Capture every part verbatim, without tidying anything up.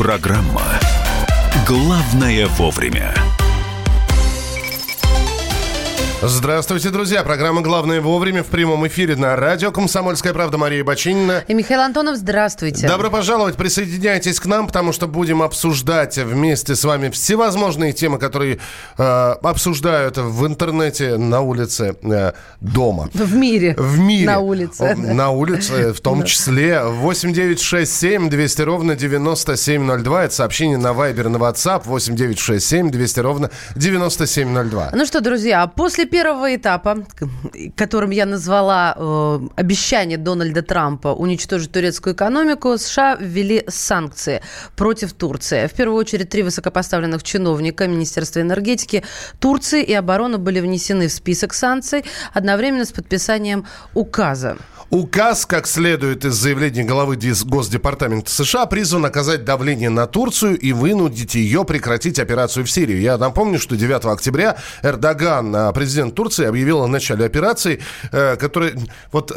Программа «Главное вовремя». Здравствуйте, друзья. Программа «Главное вовремя» в прямом эфире на радио «Комсомольская правда». Мария Бачинина. И Михаил Антонов. Здравствуйте. Добро пожаловать. Присоединяйтесь к нам, потому что будем обсуждать вместе с вами всевозможные темы, которые э, обсуждают в интернете, на улице, э, дома. В мире. В мире. На улице. Да. На улице, в том числе. восемь девятьсот шестьдесят семь двести ровно девяносто семь ноль два. Это сообщение на Вайбер, на WhatsApp. восемь девятьсот шестьдесят семь двести ровно девяносто семь ноль два. Ну что, друзья, после первого этапа, которым я назвала э, обещание Дональда Трампа уничтожить турецкую экономику, США ввели санкции против Турции. В первую очередь, три высокопоставленных чиновника Министерства энергетики Турции и обороны были внесены в список санкций одновременно с подписанием указа. Указ, как следует из заявления главы Госдепартамента США, призван оказать давление на Турцию и вынудить ее прекратить операцию в Сирии. Я напомню, что девятого октября Эрдоган, президент Турции, объявил о начале операции, которая вот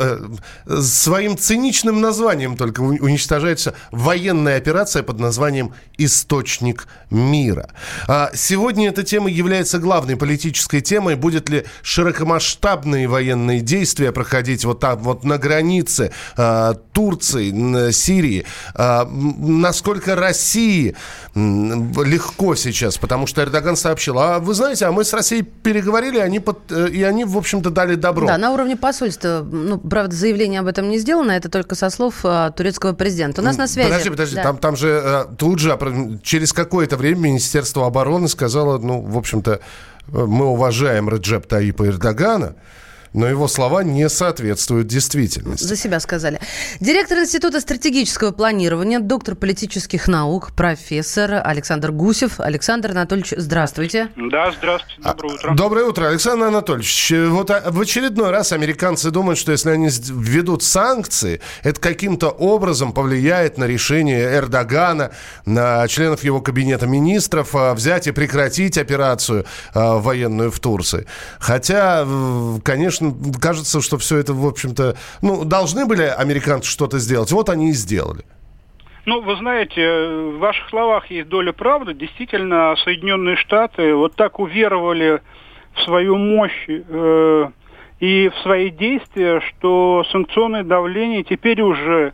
своим циничным названием только уничтожается военная операция под названием «Источник мира». Сегодня эта тема является главной политической темой. Будет ли широкомасштабные военные действия проходить вот так вот на границе э, Турции, Сирии, э, насколько России э, легко сейчас, потому что Эрдоган сообщил, а вы знаете, а мы с Россией переговорили, они под, э, и они, в общем-то, дали добро. Да, на уровне посольства, ну, правда, заявление об этом не сделано, это только со слов э, турецкого президента. У нас на связи... Подожди, подожди, да. там, там же э, тут же, через какое-то время Министерство обороны сказало, ну, в общем-то, мы уважаем Реджеп Таyyипа Эрдогана, но его слова не соответствуют действительности. За себя сказали. Директор Института стратегического планирования, доктор политических наук, профессор Александр Гусев. Александр Анатольевич, здравствуйте. Да, здравствуйте, доброе утро. Доброе утро, Александр Анатольевич. Вот в очередной раз американцы думают, что если они введут санкции, это каким-то образом повлияет на решение Эрдогана, на членов его кабинета министров взять и прекратить операцию военную в Турции. Хотя, конечно, кажется, что все это, в общем-то, ну, должны были американцы что-то сделать. Вот они и сделали. Ну, вы знаете, в ваших словах есть доля правды. Действительно, Соединенные Штаты вот так уверовали в свою мощь э, и в свои действия, что санкционное давление теперь уже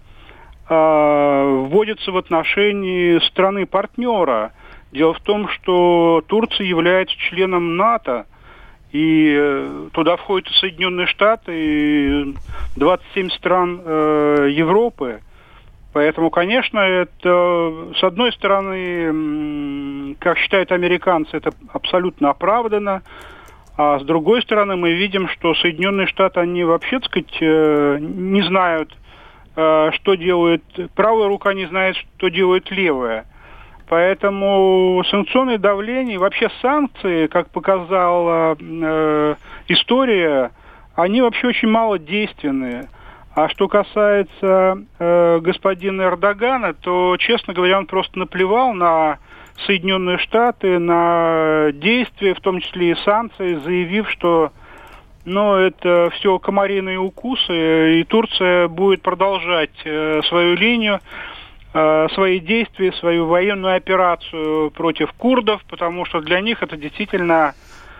э, вводится в отношении страны-партнера. Дело в том, что Турция является членом НАТО, и туда входят Соединенные Штаты и двадцать семь стран э, Европы. Поэтому, конечно, это, с одной стороны, как считают американцы, это абсолютно оправдано. А с другой стороны, мы видим, что Соединенные Штаты, они вообще, так сказать, э, не знают, э, что делает правая рука, не знает, что делает левая. Поэтому санкционное давление, вообще санкции, как показала э, история, они вообще очень мало действенные. А что касается э, господина Эрдогана, то, честно говоря, он просто наплевал на Соединенные Штаты, на действия, в том числе и санкции, заявив, что ну, это все комариные укусы, и Турция будет продолжать э, свою линию, свои действия, свою военную операцию против курдов, потому что для них это действительно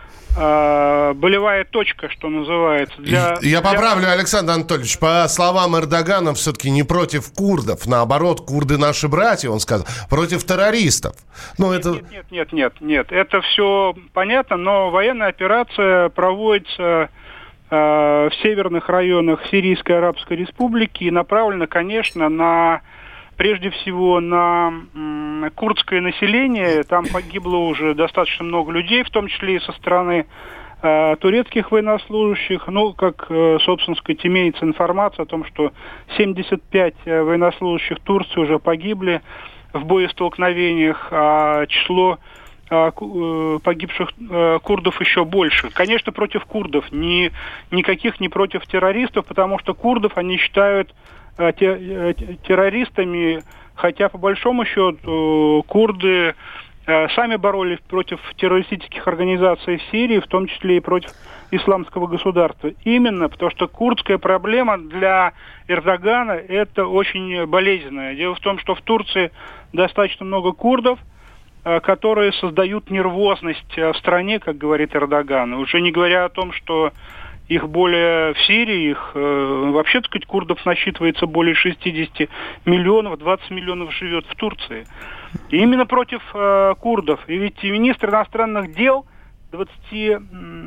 э, болевая точка, что называется. Для, Я для... поправлю, Александр Анатольевич, по словам Эрдогана, все-таки не против курдов, наоборот, курды наши братья, он сказал, против террористов. Ну, это... Нет, нет, нет, нет, нет, это все понятно, но военная операция проводится э, в северных районах Сирийской Арабской Республики и направлена, конечно, на прежде всего на м, курдское население. Там погибло уже достаточно много людей, в том числе и со стороны э, турецких военнослужащих. Ну, как, э, собственно сказать, имеется информация о том, что семьдесят пять военнослужащих Турции уже погибли в боестолкновениях, а число э, погибших э, курдов еще больше. Конечно, против курдов, ни, никаких не против террористов, потому что курдов они считают террористами, хотя по большому счету курды сами боролись против террористических организаций в Сирии, в том числе и против исламского государства. Именно потому, что курдская проблема для Эрдогана это очень болезненная. Дело в том, что в Турции достаточно много курдов, которые создают нервозность в стране, как говорит Эрдоган. Уже не говоря о том, что их более в Сирии, их вообще, так сказать, курдов насчитывается более шестьдесят миллионов, двадцать миллионов живет в Турции. И именно против э, курдов. И ведь министр иностранных дел двадцати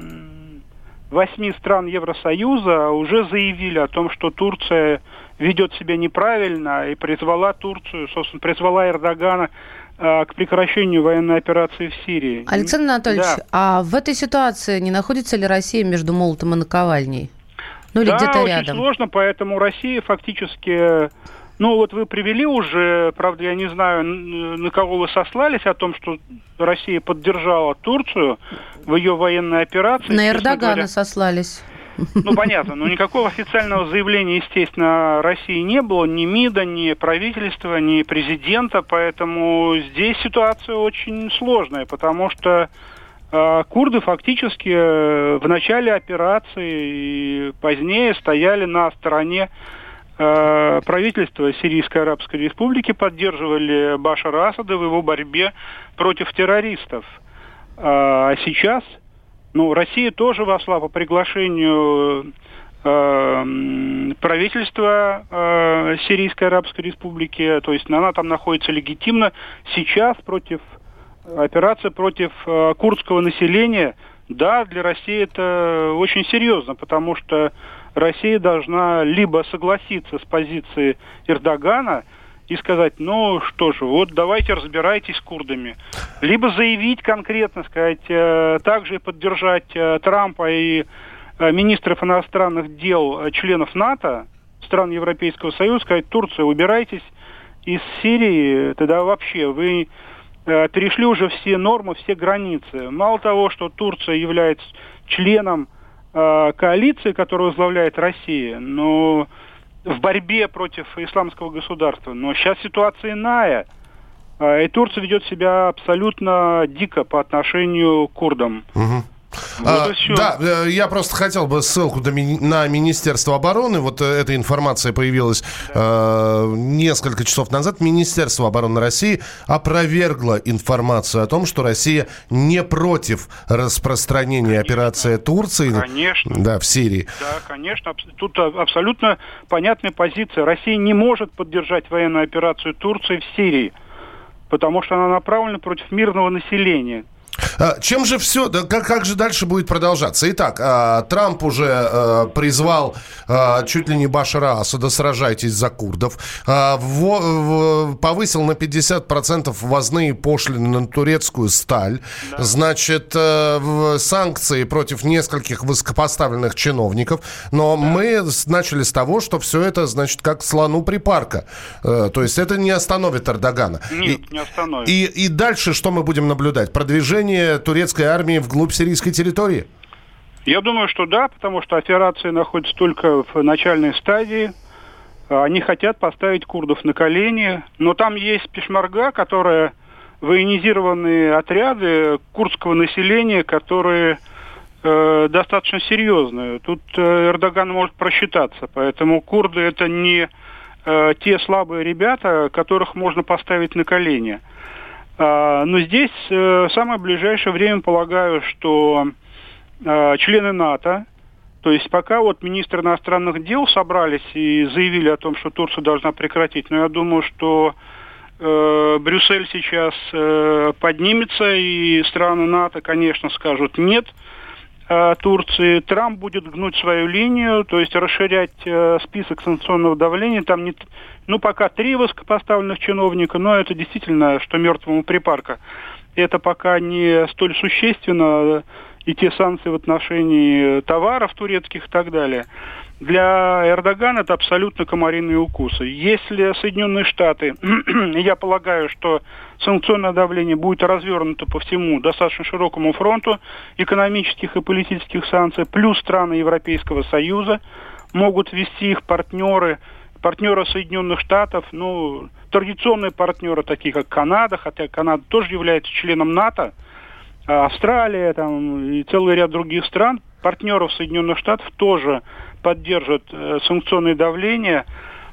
восьми стран Евросоюза уже заявили о том, что Турция ведет себя неправильно и призвала Турцию, собственно, призвала Эрдогана э, к прекращению военной операции в Сирии. Александр Анатольевич, да. А в этой ситуации не находится ли Россия между молотом и наковальней? Ну или да, где-то очень рядом? Сложно, поэтому Россия фактически... Ну, вот вы привели уже, правда, я не знаю, на кого вы сослались, о том, что Россия поддержала Турцию в ее военной операции. На Эрдогана говоря, сослались. Ну, понятно, но никакого официального заявления, естественно, России не было, ни МИДа, ни правительства, ни президента, поэтому здесь ситуация очень сложная, потому что э, курды фактически э, в начале операции и позднее стояли на стороне правительство Сирийской Арабской Республики, поддерживали Башара Асада в его борьбе против террористов. А сейчас, ну, Россия тоже вошла по приглашению э, правительства э, Сирийской Арабской Республики, то есть она там находится легитимно. Сейчас против операция против э, курдского населения, да, для России это очень серьезно, потому что Россия должна либо согласиться с позицией Эрдогана и сказать, ну что же, вот давайте разбирайтесь с курдами, либо заявить конкретно, сказать, э, также поддержать э, Трампа и э, министров иностранных дел э, членов НАТО, стран Европейского Союза, сказать, Турция, убирайтесь из Сирии, тогда вообще вы э, перешли уже все нормы, все границы. Мало того, что Турция является членом коалиции, которую возглавляет Россия, но в борьбе против исламского государства. Но сейчас ситуация иная. И Турция ведет себя абсолютно дико по отношению к курдам. Угу. Вот а, да, я просто хотел бы ссылку на Министерство обороны. Вот эта информация появилась да. э, несколько часов назад. Министерство обороны России опровергло информацию о том, что Россия не против распространения конечно. операции Турции конечно. Да, в Сирии. Да, конечно. Тут абсолютно понятная позиция. Россия не может поддержать военную операцию Турции в Сирии, потому что она направлена против мирного населения. Чем же все, как, как же дальше будет продолжаться? Итак, Трамп уже призвал чуть ли не Башара Асада, сражайтесь за курдов, повысил на пятьдесят процентов ввозные пошлины на турецкую сталь, да. Значит, санкции против нескольких высокопоставленных чиновников, но да. мы начали с того, что все это, значит, как слону припарка, то есть это не остановит Эрдогана. Нет, и, не остановит. И, и дальше что мы будем наблюдать? Продвижение турецкой армии вглубь сирийской территории? Я думаю, что да, потому что операция находится только в начальной стадии. Они хотят поставить курдов на колени, но там есть пешмерга, которая военизированные отряды курдского населения, которые э, достаточно серьезные. Тут э, Эрдоган может просчитаться, поэтому курды это не э, те слабые ребята, которых можно поставить на колени. Но здесь в самое ближайшее время полагаю, что э, члены НАТО, то есть пока вот министры иностранных дел собрались и заявили о том, что Турция должна прекратить, но я думаю, что э, Брюссель сейчас э, поднимется, и страны НАТО, конечно, скажут нет э, Турции. Трамп будет гнуть свою линию, то есть расширять э, список санкционного давления. Там не... Ну, пока три высокопоставленных чиновника, но это действительно, что мертвому припарка. Это пока не столь существенно, и те санкции в отношении товаров турецких и так далее. Для Эрдогана это абсолютно комариные укусы. Если Соединенные Штаты, я полагаю, что санкционное давление будет развернуто по всему достаточно широкому фронту экономических и политических санкций, плюс страны Европейского Союза, могут ввести их партнеры, партнеры Соединенных Штатов, ну, традиционные партнеры, такие как Канада, хотя Канада тоже является членом НАТО, Австралия там, и целый ряд других стран, партнеров Соединенных Штатов тоже поддержат э, санкционное давление.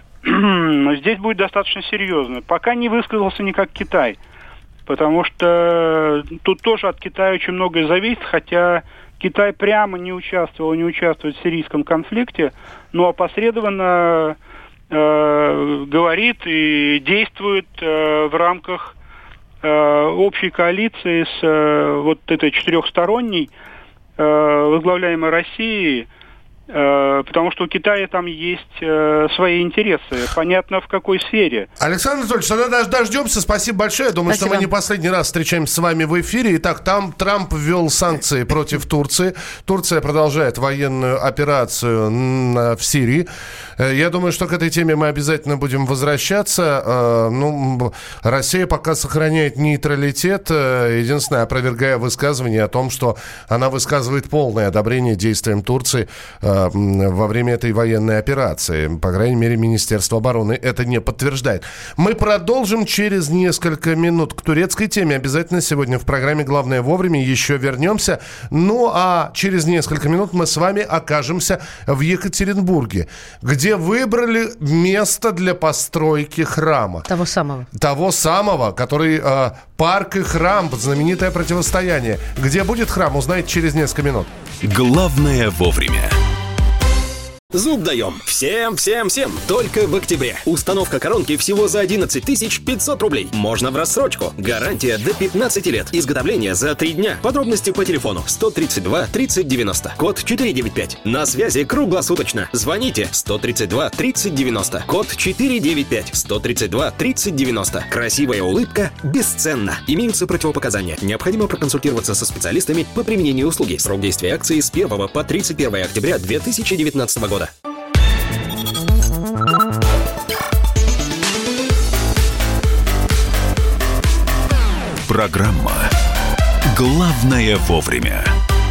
Здесь будет достаточно серьезно. Пока не высказался никак Китай, потому что тут тоже от Китая очень многое зависит, хотя Китай прямо не участвовал, не участвует в сирийском конфликте, но опосредованно э, говорит и действует э, в рамках э, общей коалиции с э, вот этой четырехсторонней, э, возглавляемой Россией, э, потому что у Китая там есть э, свои интересы. Понятно, в какой сфере. Александр Анатольевич, тогда дождемся. Спасибо большое. Я думаю, Спасибо. что мы не последний раз встречаемся с вами в эфире. Итак, там Трамп ввел санкции против Турции. Турция продолжает военную операцию в Сирии. Я думаю, что к этой теме мы обязательно будем возвращаться. Ну, Россия пока сохраняет нейтралитет, единственное, опровергая высказывание о том, что она высказывает полное одобрение действиям Турции во время этой военной операции. По крайней мере, Министерство обороны это не подтверждает. Мы продолжим через несколько минут. К турецкой теме обязательно сегодня в программе «Главное вовремя» еще вернемся. Ну, а через несколько минут мы с вами окажемся в Екатеринбурге, где выбрали место для постройки храма. Того самого. Того самого, который э, парк и храм, знаменитое противостояние. Где будет храм, узнаете через несколько минут. Главное вовремя. Зуб даем. Всем, всем, всем. Только в октябре. Установка коронки всего за одиннадцать тысяч пятьсот рублей. Можно в рассрочку. Гарантия до пятнадцати лет. Изготовление за три дня. Подробности по телефону сто тридцать два тридцать девяносто. Код четыреста девяносто пять. На связи круглосуточно. Звоните сто тридцать два тридцать девяносто. Код четыреста девяносто пять. сто тридцать два тридцать девяносто. Красивая улыбка бесценна. Имеются противопоказания. Необходимо проконсультироваться со специалистами по применению услуги. Срок действия акции с первого по тридцать первое октября две тысячи девятнадцатого года. Программа «Главное вовремя».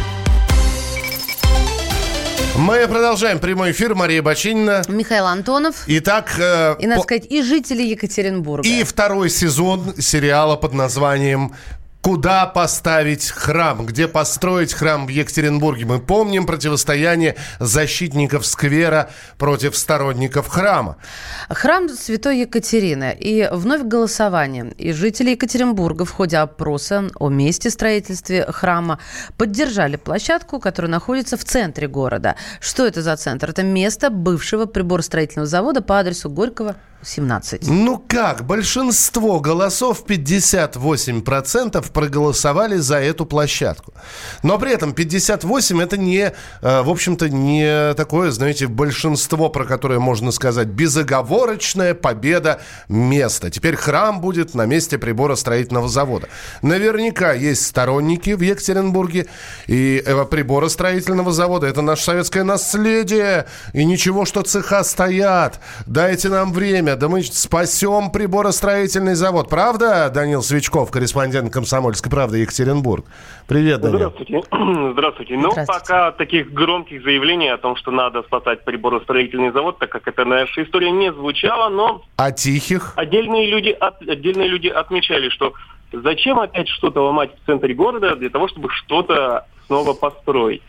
Мы продолжаем прямой эфир. Мария Бачинина. Михаил Антонов. Итак... Э, и, надо по... сказать, и жители Екатеринбурга. И второй сезон сериала под названием «Куда поставить храм?», где построить храм в Екатеринбурге. Мы помним противостояние защитников сквера против сторонников храма. Храм Святой Екатерины. И вновь голосование. И жители Екатеринбурга в ходе опроса о месте строительства храма поддержали площадку, которая находится в центре города. Что это за центр? Это место бывшего приборостроительного завода по адресу Горького, семнадцать. Ну как? Большинство голосов, пятьдесят восемь процентов, проголосовали за эту площадку. Но при этом пятьдесят восемь это не, в общем-то, не такое, знаете, большинство, про которое можно сказать безоговорочная победа места. Теперь храм будет на месте приборостроительного завода. Наверняка есть сторонники в Екатеринбурге и приборостроительного завода. Это наше советское наследие. И ничего, что цеха стоят. Дайте нам время. Да мы спасем приборостроительный завод. Правда, Данил Свечков, корреспондент «Комсомольской правды» Екатеринбург? Привет, Данил. Здравствуйте. Здравствуйте. Ну, пока таких громких заявлений о том, что надо спасать приборостроительный завод, так как это наша история, не звучало, но... А тихих? Отдельные люди, от, отдельные люди отмечали, что зачем опять что-то ломать в центре города для того, чтобы что-то снова построить.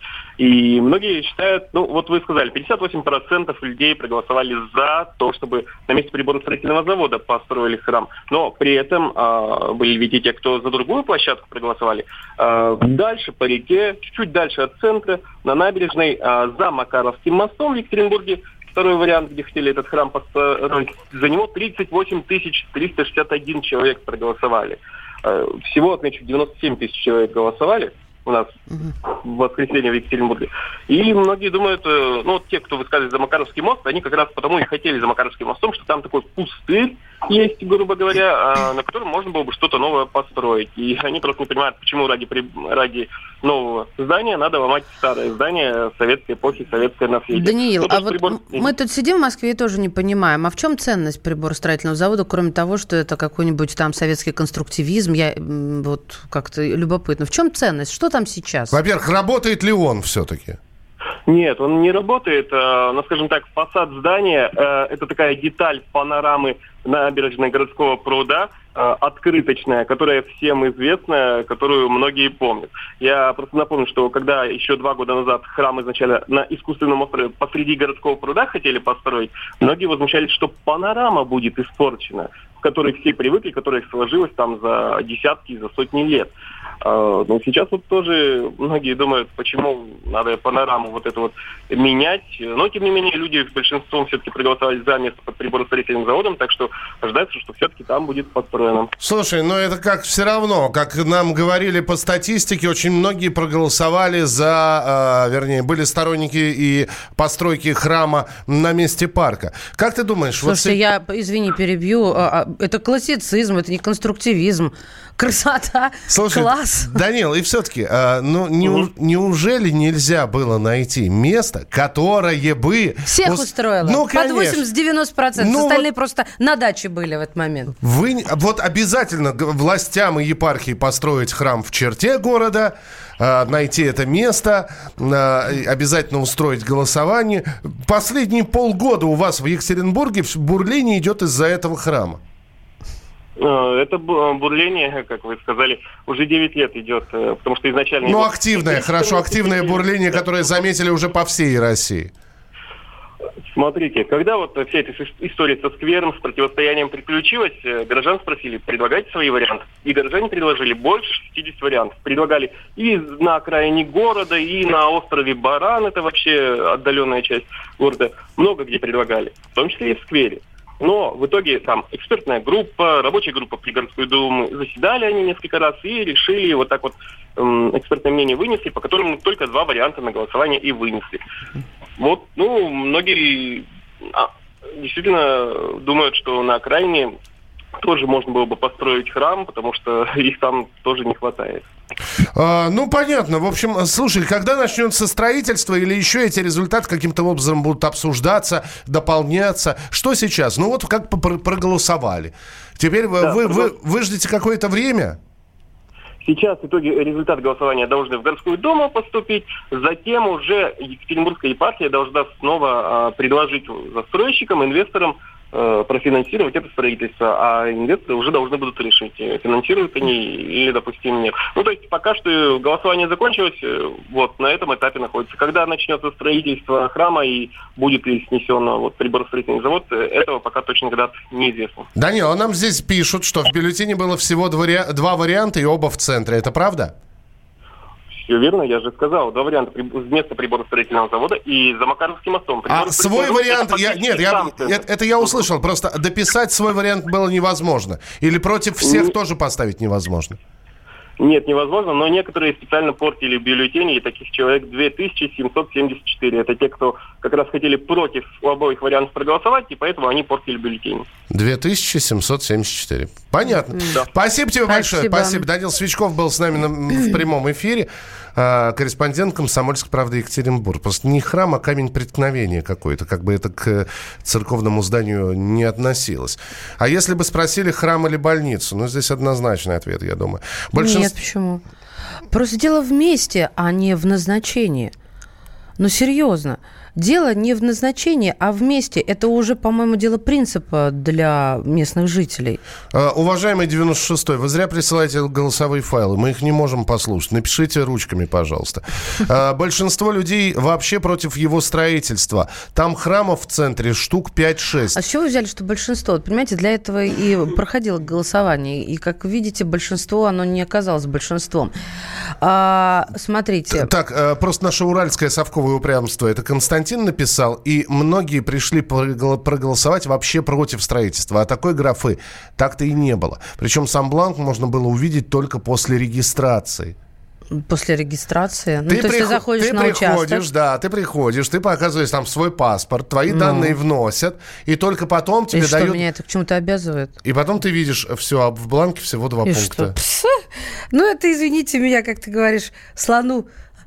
И многие считают, ну вот вы сказали, пятьдесят восемь процентов людей проголосовали за то, чтобы на месте приборостроительного завода построили храм. Но при этом э, были ведь и те, кто за другую площадку проголосовали. Э, дальше по реке, чуть-чуть дальше от центра, на набережной, э, за Макаровским мостом в Екатеринбурге, второй вариант, где хотели этот храм построить, за него тридцать восемь тысяч триста шестьдесят один человек проголосовали. Э, всего, отмечу, девяносто семь тысяч человек голосовали у нас uh-huh. в воскресенье в Екатеринбурге. И многие думают, ну вот те, кто высказывает за Макаровский мост, они как раз потому и хотели за Макаровским мостом, что там такой пустырь есть, грубо говоря, на котором можно было бы что-то новое построить. И они просто не понимают, почему ради, ради нового здания надо ломать старое здание советской эпохи, советское наследие. Даниил, ну, а вот прибор... мы тут сидим в Москве и тоже не понимаем, а в чем ценность приборостроительного завода, кроме того, что это какой-нибудь там советский конструктивизм? Я вот как-то любопытно. В чем ценность? Что там сейчас? Во-первых, работает ли он все-таки? Нет, он не работает. Но, скажем так, фасад здания – это такая деталь панорамы набережной городского пруда, открыточная, которая всем известна, которую многие помнят. Я просто напомню, что когда еще два года назад храм изначально на искусственном острове посреди городского пруда хотели построить, многие возмущались, что панорама будет испорчена, к которой все привыкли, которая сложилась там за десятки, за сотни лет. Но сейчас вот тоже многие думают, почему надо панораму вот эту вот менять. Но, тем не менее, люди с большинством все-таки проголосовали за место под приборостроительным заводом, так что ожидается, что все-таки там будет построено. Слушай, ну это как все равно, как нам говорили по статистике, очень многие проголосовали за, э, вернее, были сторонники и постройки храма на месте парка. Как ты думаешь? Слушай, вот... я, извини, перебью, это классицизм, это не конструктивизм. Красота, слушай, класс. Данил, и все-таки, э, ну, не, угу. неужели нельзя было найти место, которое бы... Всех ус... устроило. Ну, под восемьдесят-девяносто процентов. Ну, остальные вот... просто на даче были в этот момент. Вы... Вот обязательно властям и епархии построить храм в черте города, э, найти это место, э, обязательно устроить голосование. Последние полгода у вас в Екатеринбурге бурление идет из-за этого храма. Это бурление, как вы сказали, уже девять лет идет, потому что изначально... Ну, активное, хорошо, активное бурление, которое заметили уже по всей России. Смотрите, когда вот вся эта история со сквером, с противостоянием приключилась, горожан спросили, предлагайте свои варианты. И горожане предложили больше шестьдесят вариантов. Предлагали и на окраине города, и на острове Баран, это вообще отдаленная часть города. Много где предлагали, в том числе и в сквере. Но в итоге там экспертная группа, рабочая группа при городской думе, заседали они несколько раз и решили вот так вот эм, экспертное мнение вынесли, по которому только два варианта на голосование и вынесли. Вот, ну, многие а, действительно думают, что на окраине тоже можно было бы построить храм, потому что их там тоже не хватает. А, ну, понятно. В общем, слушай, когда начнется строительство или еще эти результаты каким-то образом будут обсуждаться, дополняться? Что сейчас? Ну, вот как проголосовали. Теперь да, вы, вы, вы ждете какое-то время? Сейчас итоги, результат голосования должны в городскую думу поступить, затем уже Екатеринбургская епархия должна снова э, предложить застройщикам, инвесторам э, профинансировать это строительство, а инвесторы уже должны будут решить, финансируют они или, допустим, нет. Ну, то есть пока что голосование закончилось, э, вот на этом этапе находится. Когда начнется строительство храма и будет ли снесен вот, приборостроительный завод, этого пока точно когда-то неизвестно. Данил, а нам здесь пишут, что в бюллетене было всего два, два варианта и оба в центре. Это правда? Все верно, я же сказал. Два варианта. Вместо приборостроительного завода и за Макаровским мостом. А свой вариант... Я, нет, я, это, это я услышал. Просто дописать свой вариант было невозможно. Или против всех не... тоже поставить невозможно? Нет, невозможно, но некоторые специально портили бюллетени, и таких человек две тысячи семьсот семьдесят четыре. Это те, кто как раз хотели против обоих вариантов проголосовать, и поэтому они портили бюллетени. две тысячи семьсот семьдесят четыре. Понятно. Да. Спасибо тебе Спасибо. большое. Спасибо. Данил Свичков был с нами на, в прямом эфире. Корреспондент «Комсомольской правды» Екатеринбург. Просто не храм, а камень преткновения какой-то. Как бы это к церковному зданию не относилось. А если бы спросили, храм или больницу? Ну, здесь однозначный ответ, я думаю. Большинство... Нет, почему? Просто дело в месте, а не в назначении. Ну, серьезно. Дело не в назначении, а в месте. Это уже, по-моему, дело принципа для местных жителей. Uh, уважаемый девяносто шестой, вы зря присылаете голосовые файлы. Мы их не можем послушать. Напишите ручками, пожалуйста. Uh, большинство людей вообще против его строительства. Там храмов в центре штук пять-шесть. А с чего вы взяли, что большинство? Вот, понимаете, для этого и проходило голосование. И, как видите, большинство, оно не оказалось большинством. А, смотрите. Так, uh, просто наше уральское совковое упрямство. Это Константин написал, и многие пришли проголосовать вообще против строительства. А такой графы так-то и не было. Причем сам бланк можно было увидеть только после регистрации. После регистрации? Ну, ты то есть приход... ты заходишь ты на приходишь, участок. Да, ты приходишь, ты показываешь там свой паспорт, твои ну. данные вносят, и только потом тебе и дают... что, меня это к чему-то обязывает? И потом ты видишь все, а в бланке всего два и пункта. Что? Ну, это, извините меня, как ты говоришь, слону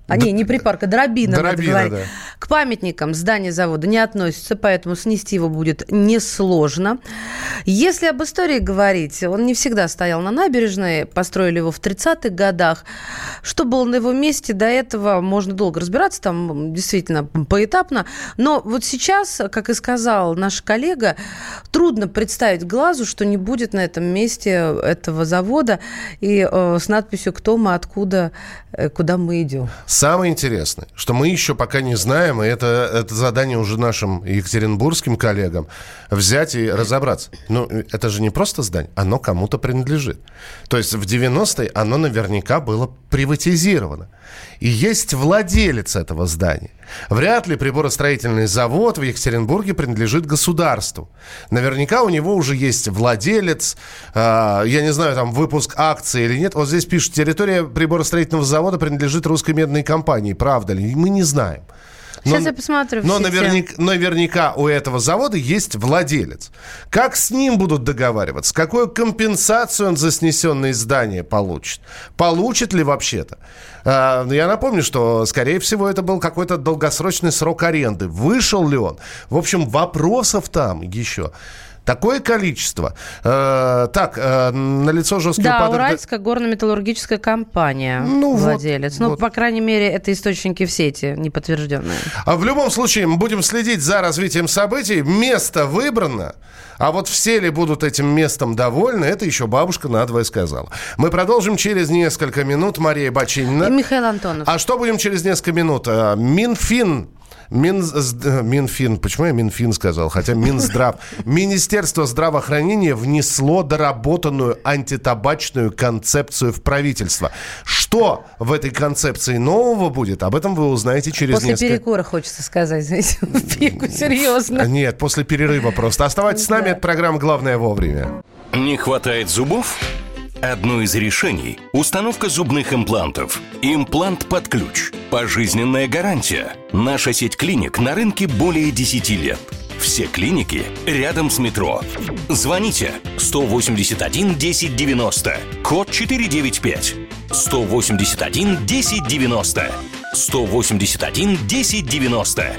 А, не, не припарка, дробина, Дробина, надо да. говорить. К памятникам здания завода не относится, поэтому снести его будет несложно. Если об истории говорить, он не всегда стоял на набережной, построили его в тридцатых годах. Что было на его месте до этого, можно долго разбираться, там действительно поэтапно. Но вот сейчас, как и сказал наш коллега, трудно представить глазу, что не будет на этом месте этого завода и э, с надписью «Кто мы, откуда, э, куда мы идем». Самое интересное, что мы еще пока не знаем, и это, это задание уже нашим екатеринбургским коллегам, взять и разобраться. Ну, это же не просто здание, оно кому-то принадлежит. То есть в девяностые оно наверняка было приватизировано. И есть владелец этого здания. Вряд ли приборостроительный завод в Екатеринбурге принадлежит государству. Наверняка у него уже есть владелец, э, я не знаю, там выпуск акций или нет. Вот здесь пишут, территория приборостроительного завода принадлежит русской медной компании. Правда ли? Мы не знаем. Но, Сейчас я посмотрю. Но наверняка, наверняка у этого завода есть владелец. Как с ним будут договариваться? Какую компенсацию он за снесенные здания получит? Получит ли вообще-то? А, я напомню, что, скорее всего, это был какой-то долгосрочный срок аренды. Вышел ли он? В общем, вопросов там еще такое количество. Э, так, э, налицо жесткий да, упадок... Уральская горно-металлургическая компания, ну, владелец. Вот, ну, вот. По крайней мере, это источники в сети неподтвержденные. А в любом случае, мы будем следить за развитием событий. Место выбрано. А вот все ли будут этим местом довольны, это еще бабушка надвое сказала. Мы продолжим через несколько минут. Мария Бачинина. И Михаил Антонов. А что будем через несколько минут? Минфин... Мин... Минфин, почему я Минфин сказал? Хотя Минздрав. Министерство здравоохранения внесло доработанную антитабачную концепцию в правительство. Что в этой концепции нового будет? Об этом вы узнаете через после несколько... После перекура, хочется сказать. В пику, серьезно. Нет, после перерыва просто. Оставайтесь с нами, это программа «Главное вовремя». Не хватает зубов? Одно из решений – установка зубных имплантов. Имплант под ключ. Пожизненная гарантия. Наша сеть клиник на рынке более десяти лет. Все клиники рядом с метро. Звоните сто восемьдесят один десять девяносто, код четыреста девяносто пять. сто восемьдесят один десять девяносто. сто восемьдесят один десять девяносто.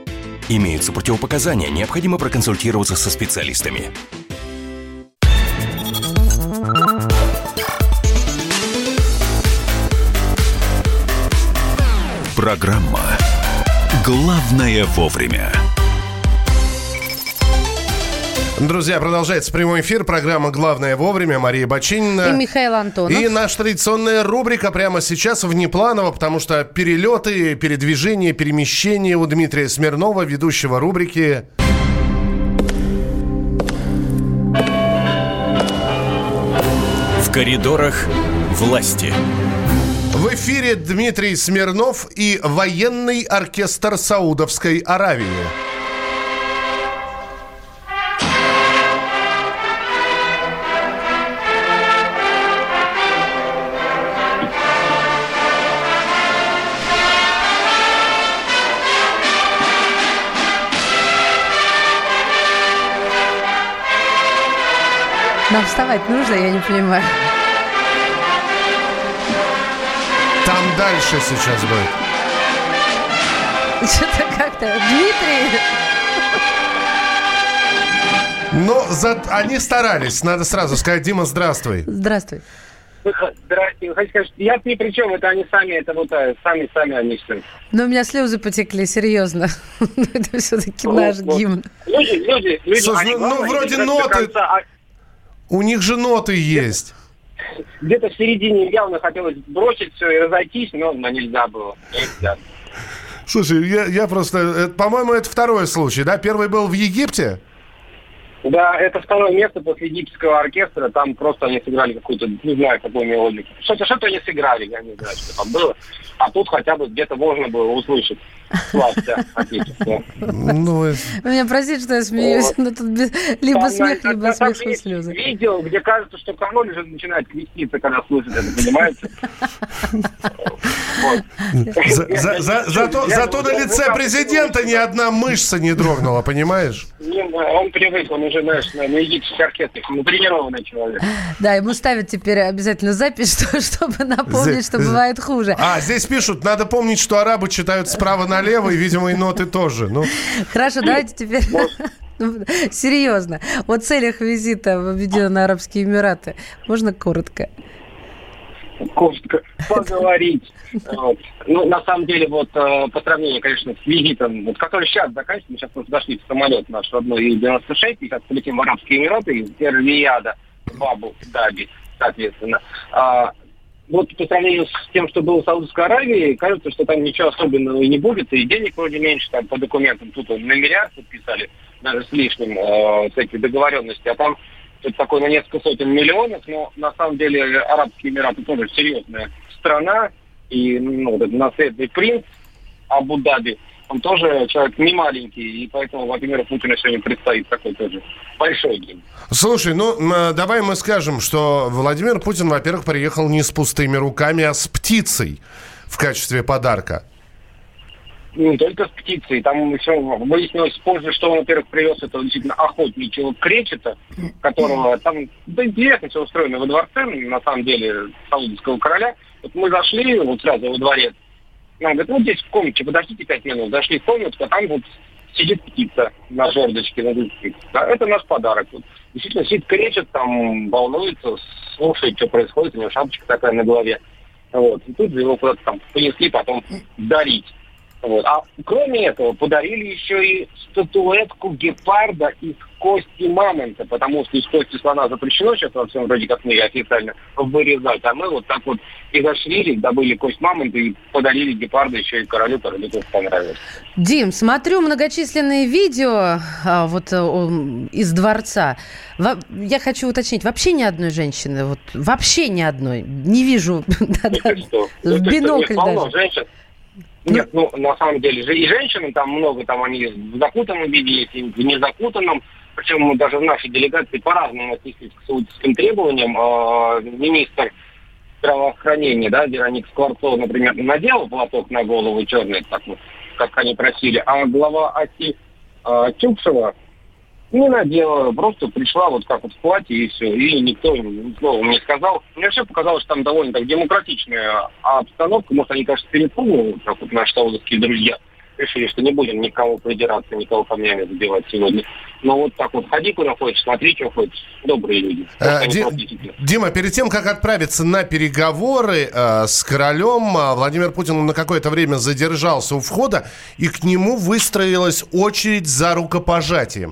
Имеются противопоказания, необходимо проконсультироваться со специалистами. Программа «Главное вовремя». Друзья, продолжается прямой эфир. Программа «Главное вовремя». Мария Бачинина. И Михаил Антонов. И наша традиционная рубрика прямо сейчас внепланово, потому что перелеты, передвижения, перемещения у Дмитрия Смирнова, ведущего рубрики... В коридорах власти. В эфире Дмитрий Смирнов и военный оркестр Саудовской Аравии. Нам вставать нужно, я не понимаю. Там дальше сейчас будет. Что-то как-то... Дмитрий! Но за... они старались, надо сразу сказать. Дима, здравствуй. Здравствуй. Здравствуйте. Хочу сказать, я ни при чем, это они сами, это вот сами-сами они все. Но у меня слезы потекли, серьезно. Это все-таки наш гимн. Люди, люди, люди. Слушай, ну, ну вроде ноты... У них же ноты есть. Где-то в середине явно хотелось бросить все и разойтись, но, но нельзя было. Нельзя. Слушай, я, я просто... Это, по-моему, это второй случай, да? Первый был в Египте? Да, это второе место после египетского оркестра. Там просто они сыграли какую-то, не знаю, какую мелодию. Что-то, что-то они сыграли, я не знаю, что там было. А тут хотя бы где-то можно было услышать славься отечества. Ну, вы меня простите, что я смеюсь, но тут либо смех, либо смех и слезы. Видео, где кажется, что король уже начинает креститься, когда слышит это, понимаете? Зато на лице президента ни одна мышца не дрогнула, понимаешь? Он привык, он уже уже, знаешь, на, на египетских оркестрах, ему тренированный человек. Да, ему ставят теперь обязательно запись, что, чтобы напомнить, что бывает хуже. А, здесь пишут, надо помнить, что арабы читают справа налево, и, видимо, и ноты тоже. Ну. Хорошо, давайте теперь... Серьезно. О целях визита в Объединенные Арабские Эмираты. Можно коротко? Коротко поговорить. Вот. Ну, на самом деле, вот по сравнению, конечно, с визитом, вот, который сейчас заканчивается, мы сейчас просто дошли в самолет наш родной И девяносто шесть, и сейчас полетим в Арабские Эмираты, из Эр-Рияда в Абу-Даби, соответственно. А, вот по сравнению с тем, что было в Саудовской Аравии, кажется, что там ничего особенного и не будет, и денег вроде меньше, там по документам тут на миллиард подписали, даже с лишним, э, с этих договоренностей, а там это такое на несколько сотен миллионов, но на самом деле Арабские Эмираты тоже серьезная страна, и ну, вот этот наследный принц Абу-Даби, он тоже человек не маленький, и поэтому Владимиру Путину сегодня предстоит такой тоже большой день. Слушай, ну давай мы скажем, что Владимир Путин, во-первых, приехал не с пустыми руками, а с птицей в качестве подарка. Не только с птицей. Там еще выяснилось позже, что он, во-первых, привез этого действительно охотничьего кречета, которого там, да, интересно все устроено во дворце, на самом деле, саудовского короля. Вот мы зашли вот сразу во дворец. Нам говорят, вот здесь в комнате, подождите пять минут. Зашли в комнату, а там вот сидит птица на жердочке. Да, это наш подарок. Вот. Действительно, сидит кречет, там волнуется, слушает, что происходит, у него шапочка такая на голове. Вот. И тут же его куда-то там понесли потом дарить. Вот. А кроме этого, подарили еще и статуэтку гепарда из кости мамонта, потому что из кости слона запрещено сейчас во всем вроде как мы официально вырезать, а мы вот так вот и зашли, добыли кость мамонта и подарили гепарда еще и королю, королю тоже понравилось. Дим, смотрю многочисленные видео а, вот о, из дворца. Во, я хочу уточнить, вообще ни одной женщины, вот вообще ни одной, не вижу в бинокль даже. Нет, ну, на самом деле, и женщин там много, там они в закутанном виде есть, и в незакутанном. Причем мы даже в нашей делегации по-разному отнеслись к саудовским требованиям. Э, министр здравоохранения, да, Вероника Скворцова, например, надела платок на голову черный, так вот, как они просили, а глава ОСИ э, Чукшева не надела, просто пришла вот как вот в платье и все, и никто ни слова не сказал. Мне вообще показалось, что там довольно так демократичная обстановка, может, они, конечно, перепугнули, как вот наши саудовские друзья, решили, что не будем никого придираться, никого камнями забивать сегодня. Но вот так вот ходи куда хочешь, смотри, что хочешь. Добрые люди. Э, Ди- Дима, перед тем, как отправиться на переговоры э, с королем, э, Владимир Путин на какое-то время задержался у входа, и к нему выстроилась очередь за рукопожатием.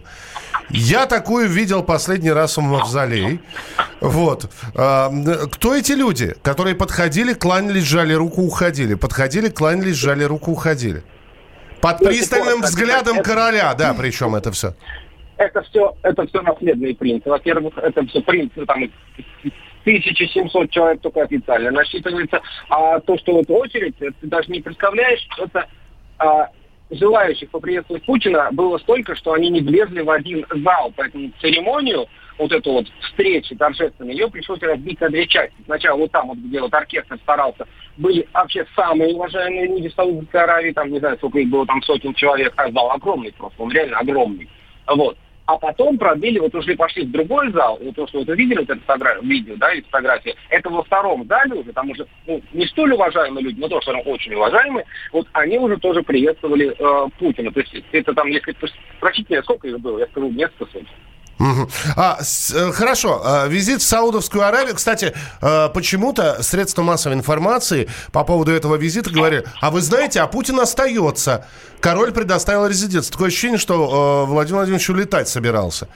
Я такую видел последний раз в Мавзолее. Вот. А, кто эти люди, которые подходили, кланялись, сжали руку, уходили? Подходили, кланялись, сжали руку, уходили? Под пристальным взглядом короля, да, причем это все. Это все, это все наследные принцы. Во-первых, это все принцы, там тысяча семьсот человек только официально насчитывается. А то, что вот очередь, ты даже не представляешь, это... А, желающих поприветствовать Путина было столько, что они не влезли в один зал. Поэтому церемонию, вот эту вот встречу торжественную, ее пришлось разбить на две части. Сначала вот там, вот, где вот оркестр старался, были вообще самые уважаемые люди в Саудовской Аравии, там, не знаю, сколько их было, там сотен человек, а зал огромный просто, он реально огромный. Вот. А потом пробили, вот уже пошли в другой зал, вот то, что вы видели, вот это фотограф... видео, да, и фотографии, это во втором зале уже, там уже, ну, не столь уважаемые люди, но тоже очень уважаемые, вот они уже тоже приветствовали э, Путина. То есть это там, если спросить меня, сколько их было, я скажу, несколько сотен. Угу. А, с, хорошо, а, визит в Саудовскую Аравию. Кстати, а, почему-то средства массовой информации по поводу этого визита говорили: а вы знаете, а Путин остается. Король предоставил резидентство. Такое ощущение, что а, Владимир Владимирович улетать собирался.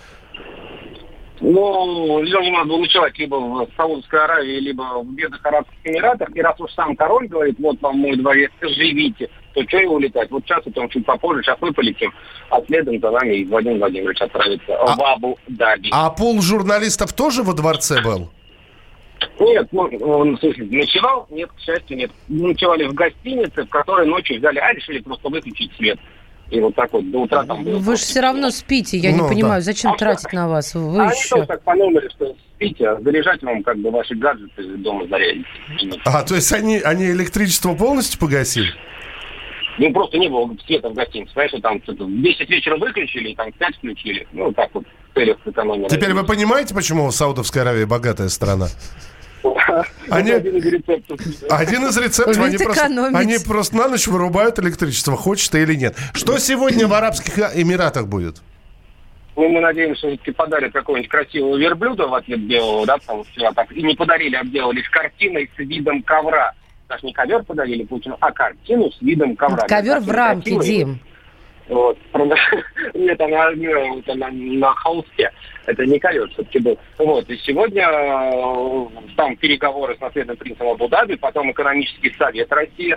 Ну, ему надо было ночевать либо в Саудовской Аравии, либо в Бедных Арабских Эмиратах. И раз уж сам король говорит, вот вам мой дворец, живите, то что его улетать? Вот сейчас, это чуть попозже, сейчас мы полетим, а следом за нами и Владимир Владимирович отправится а, в Абу-Даби. А пул журналистов тоже во дворце был? Нет, ну, он, слушай, ночевал? Нет, к счастью, нет. Мы ночевали в гостинице, в которой ночью взяли, а решили просто выключить свет. И вот так вот до утра там было. Вы же все равно спите, я ну, не понимаю, да. Зачем а тратить что? На вас? Вы а еще... Они тоже так подумали, что спите, а заряжать вам как бы ваши гаджеты дома зарядить. А, то есть они, они электричество полностью погасили? Ну, просто не было света в гостинице. Понимаешь, что там что-то в десять вечера выключили, и там в пять включили. Ну, так вот, в целях экономии. Теперь вы понимаете, почему Саудовская Аравия богатая страна? Они... Один из рецептов. Один из рецептов. Они просто, они просто на ночь вырубают электричество, хочешь ты или нет. Что сегодня в Арабских Эмиратах будет? Ну, мы надеемся, что все-таки подарят какого-нибудь красивого верблюда в ответ белого, да, потому что вчера так и не подарили, обделались картиной с видом ковра. Даже не ковер подарили Путину, а картину с видом ковра. Ковер в рамке, красивый. Дим. Вот. Нет, она, она на холсте. Это не ковер все-таки был. Вот. И сегодня там переговоры с наследным принцем Абу-Даби, потом экономический совет России,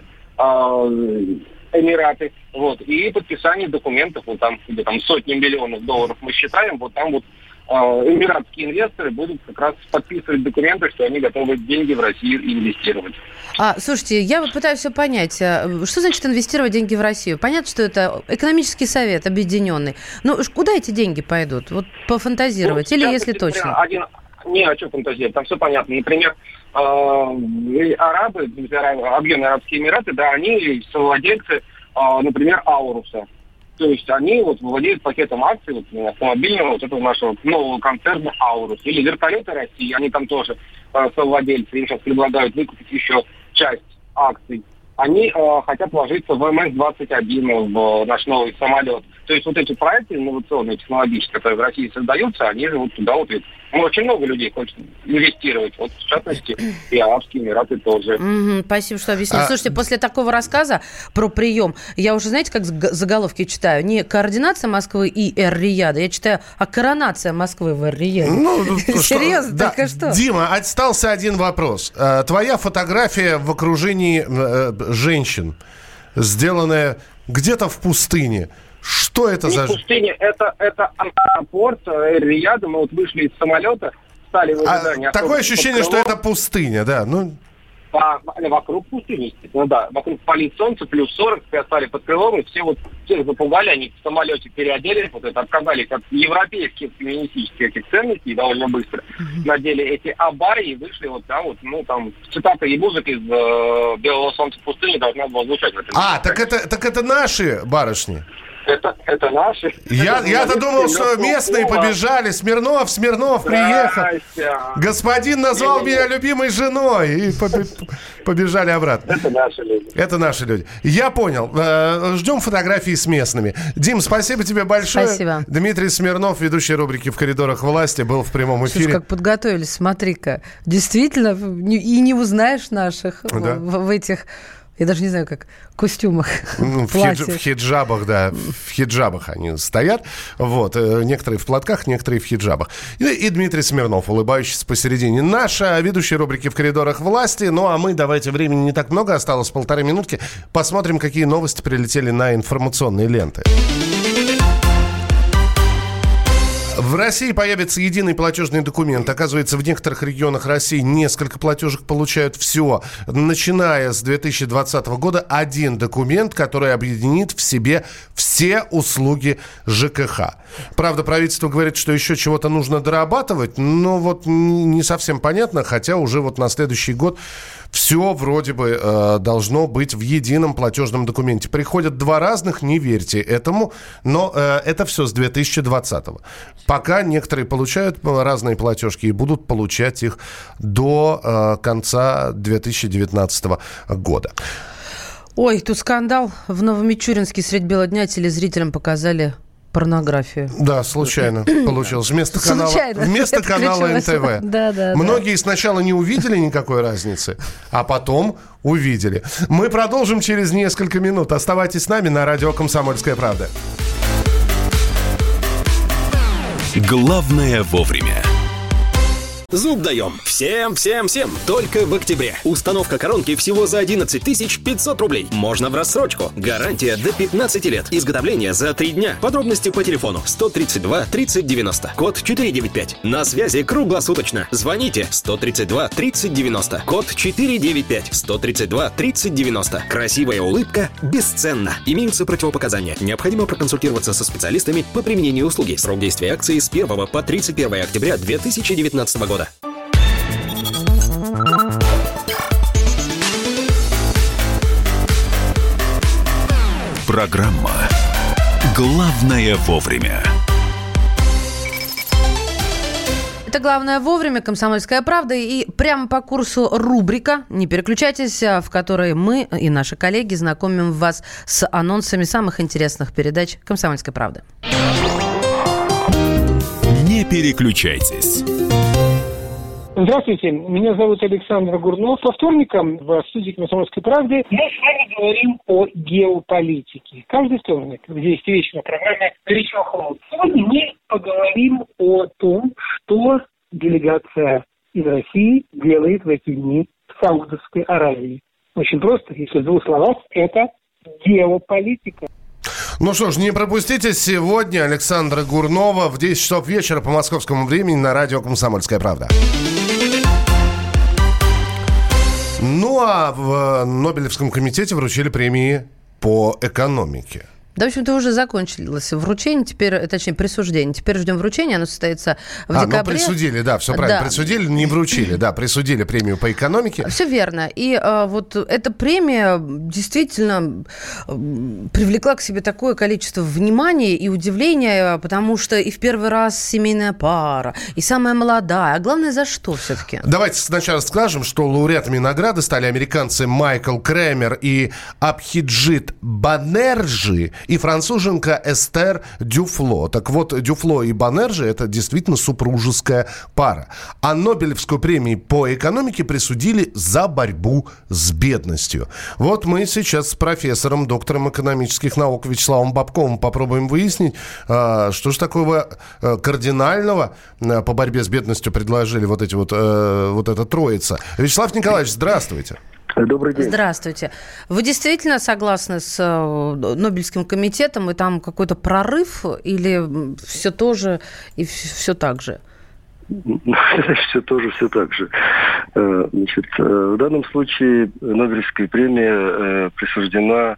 Эмираты, вот, и подписание документов, вот там, где там сотни миллионов долларов мы считаем, вот там вот э, эмиратские инвесторы будут как раз подписывать документы, что они готовы деньги в Россию инвестировать. А, слушайте, я вот пытаюсь все понять. Что значит инвестировать деньги в Россию? Понятно, что это экономический совет объединенный. Но куда эти деньги пойдут? Вот пофантазировать, ну, или если точно? Один... Не, а что фантазировать? Там все понятно. Например, э, арабы, Объединенные Арабские Эмираты, да, они совладельцы, э, например, Ауруса. То есть они вот владеют пакетом акций вот, автомобильного вот этого нашего нового концерна Аурус. Или вертолеты России, они там тоже э, совладельцы. Им сейчас предлагают выкупить еще часть акций. Они э, хотят вложиться в эм эс двадцать один, в наш новый самолет. То есть вот эти проекты инновационные, технологические, которые в России создаются, они же вот туда вот идут. Ну, очень много людей хочет инвестировать. Вот, в частности, и Арабские Эмираты тоже. Mm-hmm, спасибо, что объяснили. А... Слушайте, после такого рассказа про прием, я уже, знаете, как заголовки читаю? Не координация Москвы и Эр-Рияда, я читаю, а коронация Москвы в Эр-Рияде. Ну, серьезно, да. только что? Дима, остался один вопрос. Твоя фотография в окружении женщин, сделанная где-то в пустыне. Что это не за... в пустыне, это, это аэропорт Эр-Рияда. Мы вот вышли из самолета, стали в ожидании... А, такое ощущение, что это пустыня, да. Ну... А, вокруг пустыни, естественно, да. Вокруг палит солнце, плюс сорок, все стали под крылом, и все вот всех запугали, они в самолете переоделись, вот это отказались от европейских феминистических этих ценностей довольно быстро. Mm-hmm. Надели эти абайи и вышли вот там вот, ну там, цитата и музыка из э, «Белого солнца в пустыне» должна была звучать в этом. А, так это, так это наши барышни? Это, это наши. Я, это я-то думал, что местные побежали. Смирнов, Смирнов приехал. Господин назвал не, не, меня не. любимой женой. И побежали обратно. Это наши люди. Это наши люди. Я понял. Ждем фотографии с местными. Дим, спасибо тебе большое. Спасибо. Дмитрий Смирнов, ведущий рубрики «В коридорах власти», был в прямом эфире. Слушай, как подготовились, смотри-ка. Действительно, и не узнаешь наших да. в, в этих... Я даже не знаю, как костюмах, ну, в, хидж, в хиджабах, да, в хиджабах они стоят. Вот, некоторые в платках, некоторые в хиджабах. И, и Дмитрий Смирнов, улыбающийся посередине. Наша ведущая рубрики «В коридорах власти». Ну, а мы, давайте, времени не так много, осталось полторы минутки. Посмотрим, какие новости прилетели на информационные ленты. В России появится единый платежный документ. Оказывается, в некоторых регионах России несколько платежек получают всего. Начиная с две тысячи двадцатого года один документ, который объединит в себе все услуги ЖКХ. Правда, правительство говорит, что еще чего-то нужно дорабатывать, но вот не совсем понятно, хотя уже вот на следующий год все вроде бы э, должно быть в едином платежном документе. Приходят два разных, не верьте этому, но э, это все с две тысячи двадцатого. Пока некоторые получают разные платежки и будут получать их до э, конца две тысячи девятнадцатого года. Ой, тут скандал. В Новомичуринске средь бела дня телезрителям показали порнографию. Да, случайно получилось. Вместо канала, случайно. Вместо канала эн тэ вэ. Да, да, Многие да. сначала не увидели никакой разницы, а потом увидели. Мы продолжим через несколько минут. Оставайтесь с нами на радио «Комсомольская правда». Главное вовремя. Зуб даем. Всем, всем, всем. Только в октябре. Установка коронки всего за одиннадцать тысяч пятьсот рублей. Можно в рассрочку. Гарантия до пятнадцати лет. Изготовление за три дня. Подробности по телефону сто тридцать два тридцать девяносто. Код четыре девять пять. На связи круглосуточно. Звоните сто тридцать два тридцать девяносто. Код четыре девять пять. сто тридцать два тридцать девяносто. Красивая улыбка бесценна. Имеются противопоказания. Необходимо проконсультироваться со специалистами по применению услуги. Срок действия акции с первого по тридцать первое октября две тысячи девятнадцатого года. Программа «Главное вовремя». Это «Главное вовремя», «Комсомольская правда». И прямо по курсу рубрика, не переключайтесь, в которой мы и наши коллеги знакомим вас с анонсами самых интересных передач «Комсомольской правды». Не переключайтесь. Здравствуйте, меня зовут Александр Гурнов. По вторникам в студии «Комсомольской правды» мы с вами говорим о геополитике. Каждый вторник в десять вечера на программе «Горячо холод». Сегодня мы поговорим о том, что делегация из России делает в эти дни в Саудовской Аравии. Очень просто, если в двух словах, это геополитика. Ну что ж, не пропустите сегодня Александра Гурнова в десять часов вечера по московскому времени на радио «Комсомольская правда». Ну а в Нобелевском комитете вручили премии по экономике. Да, в общем-то, уже закончилось вручение, теперь, точнее, присуждение. Теперь ждем вручения, оно состоится в а, декабре. А, ну присудили, да, все правильно. Да. Присудили, не вручили, да, присудили премию по экономике. Все верно. И а, вот эта премия действительно привлекла к себе такое количество внимания и удивления, потому что и в первый раз семейная пара, и самая молодая. А главное, за что все-таки? Давайте сначала скажем, что лауреатами награды стали американцы Майкл Кремер и Абхиджит Банерджи, и француженка Эстер Дюфло. Так вот, Дюфло и Банерджи – это действительно супружеская пара. А Нобелевскую премию по экономике присудили за борьбу с бедностью. Вот мы сейчас с профессором, доктором экономических наук Вячеславом Бабковым попробуем выяснить, что же такого кардинального по борьбе с бедностью предложили вот эти вот, вот эта троица. Вячеслав Николаевич, здравствуйте. Добрый день. Здравствуйте. Вы действительно согласны с Нобелевским комитетом, и там какой-то прорыв, или все то же и все так же? Все тоже, все так же. Значит, в данном случае Нобелевская премия присуждена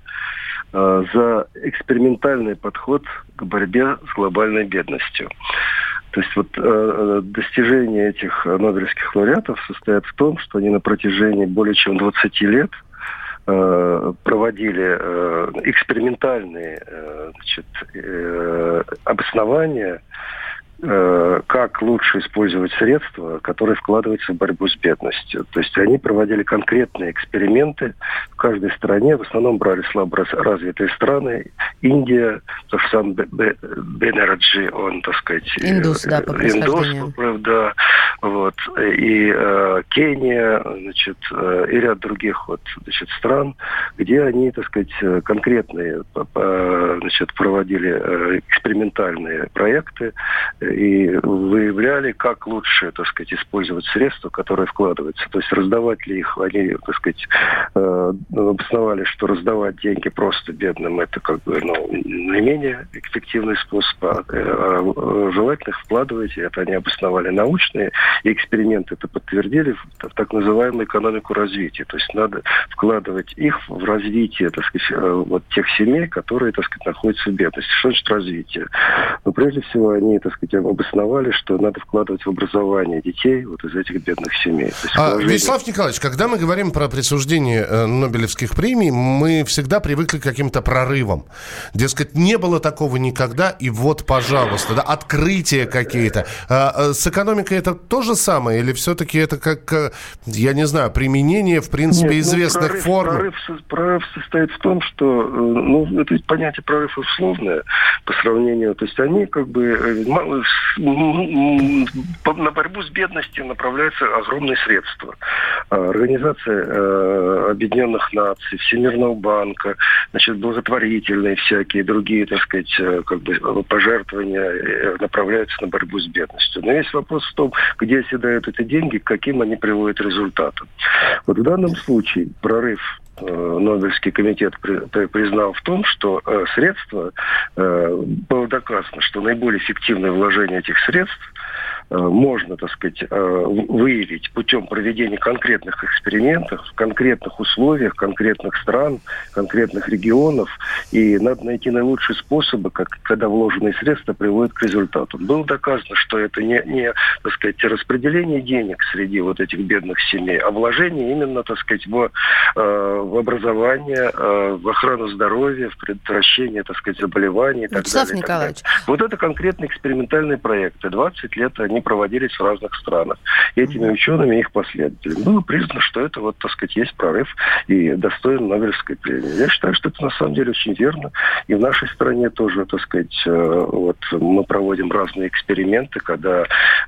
за экспериментальный подход к борьбе с глобальной бедностью. То есть вот э, достижения этих нобелевских лауреатов состоят в том, что они на протяжении более чем двадцати лет э, проводили э, экспериментальные э, значит, э, обоснования, э, как лучше использовать средства, которые вкладываются в борьбу с бедностью. То есть они проводили конкретные эксперименты в каждой стране, в основном брали слабо развитые страны. Индия, то же самое Бенерджи, он, так сказать... Индус, да, по происхождению. Индус, да, вот. И э, Кения, значит, э, и ряд других вот, значит, стран, где они, так сказать, конкретные, значит, проводили э, экспериментальные проекты и выявляли, как лучше, так сказать, использовать средства, которые вкладываются. То есть раздавать ли их, они, так сказать, э, обосновали, что раздавать деньги просто бедным, это как бы, ну, наименее эффективный способ, а, а желательно их вкладывать, и это они обосновали научные, и эксперименты это подтвердили в, в так называемую экономику развития. То есть надо вкладывать их в развитие, так сказать, вот тех семей, которые, так сказать, находятся в бедности. Что значит развитие? Но прежде всего они, так сказать, обосновали, что надо вкладывать в образование детей вот из этих бедных семей. А, положение... Вячеслав Николаевич, когда мы говорим про присуждение э, Нобелевских премий, мы всегда привыкли к каким-то прорывам. Дескать, не было такого никогда, и вот, пожалуйста, да, открытия какие-то. А, с экономикой это то же самое, или все-таки это как, я не знаю, применение, в принципе, Нет, известных ну, прорыв, форм? Прорыв, прорыв состоит в том, что, ну, это понятие прорыва условное по сравнению, то есть они как бы на борьбу с бедностью направляются огромные средства. Организация Объединенных Наций, Всемирного банка, значит, благотворительные всякие другие, так сказать, как бы пожертвования направляются на борьбу с бедностью. Но есть вопрос в том, где оседают эти деньги, к каким они приводят результатам. Вот в данном случае прорыв Нобелевский комитет признал в том, что средства, было доказано, что наиболее эффективное вложение этих средств можно, так сказать, выявить путем проведения конкретных экспериментов в конкретных условиях, конкретных стран, конкретных регионов. И надо найти наилучшие способы, как, когда вложенные средства приводят к результату. Было доказано, что это не, не, так сказать, распределение денег среди вот этих бедных семей, а вложение именно, так сказать, в, в образование, в охрану здоровья, в предотвращение, так сказать, заболеваний и так Вячеслав далее. Николаевич. Так далее. Вот это конкретные экспериментальные проекты. двадцать лет они проводились в разных странах. И этими учеными и их последователями было признано, что это, вот, так сказать, есть прорыв и достоин Нобелевской премии. Я считаю, что это на самом деле очень верно. И в нашей стране тоже, так сказать, вот мы проводим разные эксперименты, когда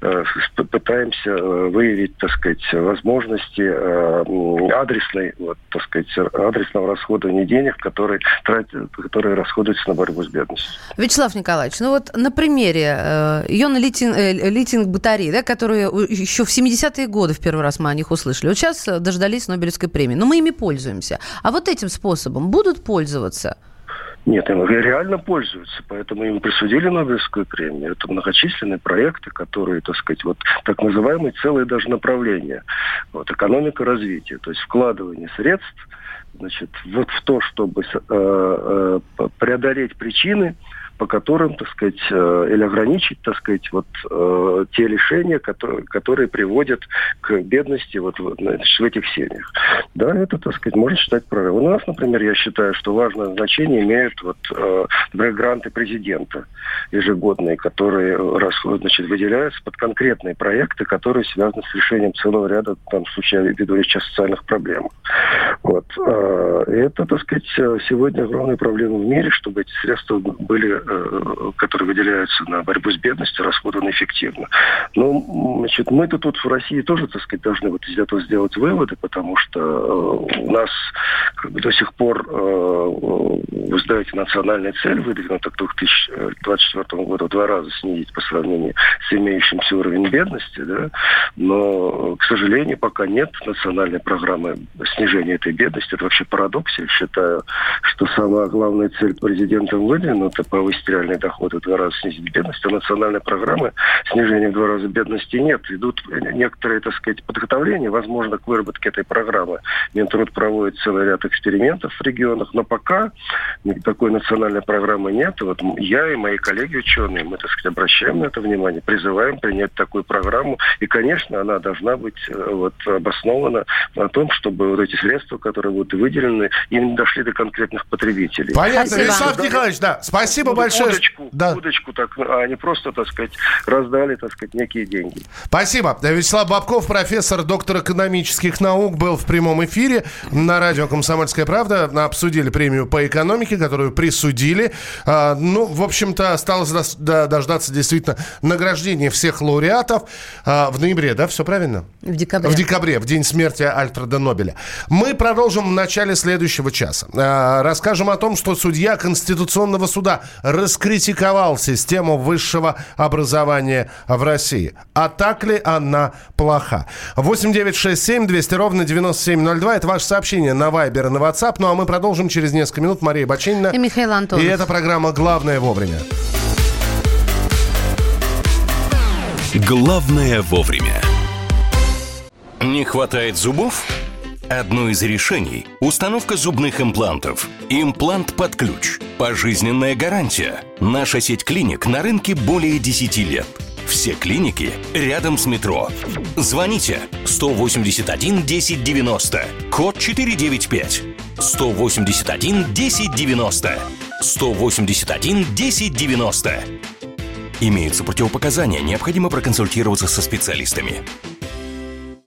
пытаемся выявить, так сказать, возможности адресной, вот, так сказать, адресного расходования денег, которые тратят, которые расходуются на борьбу с бедностью. Вячеслав Николаевич, ну вот на примере э, ионолитинг-батареи, да, которые еще в семидесятые годы в первый раз мы о них услышали. Вот сейчас дождались Нобелевской премии, но мы ими пользуемся. А вот этим способом будут пользоваться? Нет, им реально пользуются, поэтому им присудили Нобелевскую премию. Это многочисленные проекты, которые, так сказать, вот так называемые целые даже направления. Вот, экономика развития, то есть вкладывание средств, значит, вот в то, чтобы э, э, преодолеть причины, по которым, так сказать, или ограничить, так сказать, вот э, те лишения, которые, которые приводят к бедности вот, значит, в этих семьях. Да, это, так сказать, можно считать прорывом. У нас, например, я считаю, что важное значение имеют, вот, э, например, гранты президента ежегодные, которые расходы, значит, выделяются под конкретные проекты, которые связаны с решением целого ряда, там, в случае, я веду речь о социальных проблемах. Вот. Э, это, так сказать, сегодня огромная проблема в мире, чтобы эти средства были, которые выделяются на борьбу с бедностью, расходованы эффективно. Но, значит, мы-то тут в России тоже, так сказать, должны вот из этого сделать выводы, потому что у нас как бы до сих пор, вы знаете, национальная цель выдвинута к две тысячи двадцать четвёртому году в два раза снизить по сравнению с имеющимся уровнем бедности, да, но, к сожалению, пока нет национальной программы снижения этой бедности. Это вообще парадокс. Я считаю, что самая главная цель президентом выдвинута — повысить реальные доходы в два раза, снизить бедность, а национальной программы снижения в два раза бедности нет. Идут некоторые, так сказать, подготовления, возможно, к выработке этой программы. Минтруд проводит целый ряд экспериментов в регионах, но пока никакой национальной программы нет. И вот я и мои коллеги-ученые, мы, так сказать, обращаем на это внимание, призываем принять такую программу. И, конечно, она должна быть вот, обоснована на том, чтобы вот эти средства, которые будут выделены, им дошли до конкретных потребителей. Понятно. Вячеслав Николаевич, да, спасибо большое. Удочку, да. удочку так, а не просто, так сказать, раздали, так сказать, некие деньги. Спасибо. Вячеслав Бобков, профессор, доктор экономических наук, был в прямом эфире на радио «Комсомольская правда». Обсудили премию по экономике, которую присудили. А, ну, в общем-то, осталось до, дождаться действительно награждения всех лауреатов а, в ноябре, да? Все правильно? В декабре. В декабре, в день смерти Альфреда Нобеля. Мы продолжим в начале следующего часа. А, расскажем о том, что судья Конституционного суда раскритиковал систему высшего образования в России. А так ли она плоха? восемь девятьсот шестьдесят семь двести ровно девяносто семь ноль два. Это ваше сообщение на Вайбер и на WhatsApp. Ну а мы продолжим через несколько минут. Мария Баченина и Михаил Антонов. И эта программа «Главное вовремя». Главное вовремя. Не хватает зубов? Одно из решений – установка зубных имплантов. Имплант под ключ. Пожизненная гарантия. Наша сеть клиник на рынке более десяти лет. Все клиники рядом с метро. Звоните сто восемьдесят один десять девяносто, код четыреста девяносто пять. сто восемьдесят один десять девяносто. сто восемьдесят один десять девяносто. Имеются противопоказания, необходимо проконсультироваться со специалистами.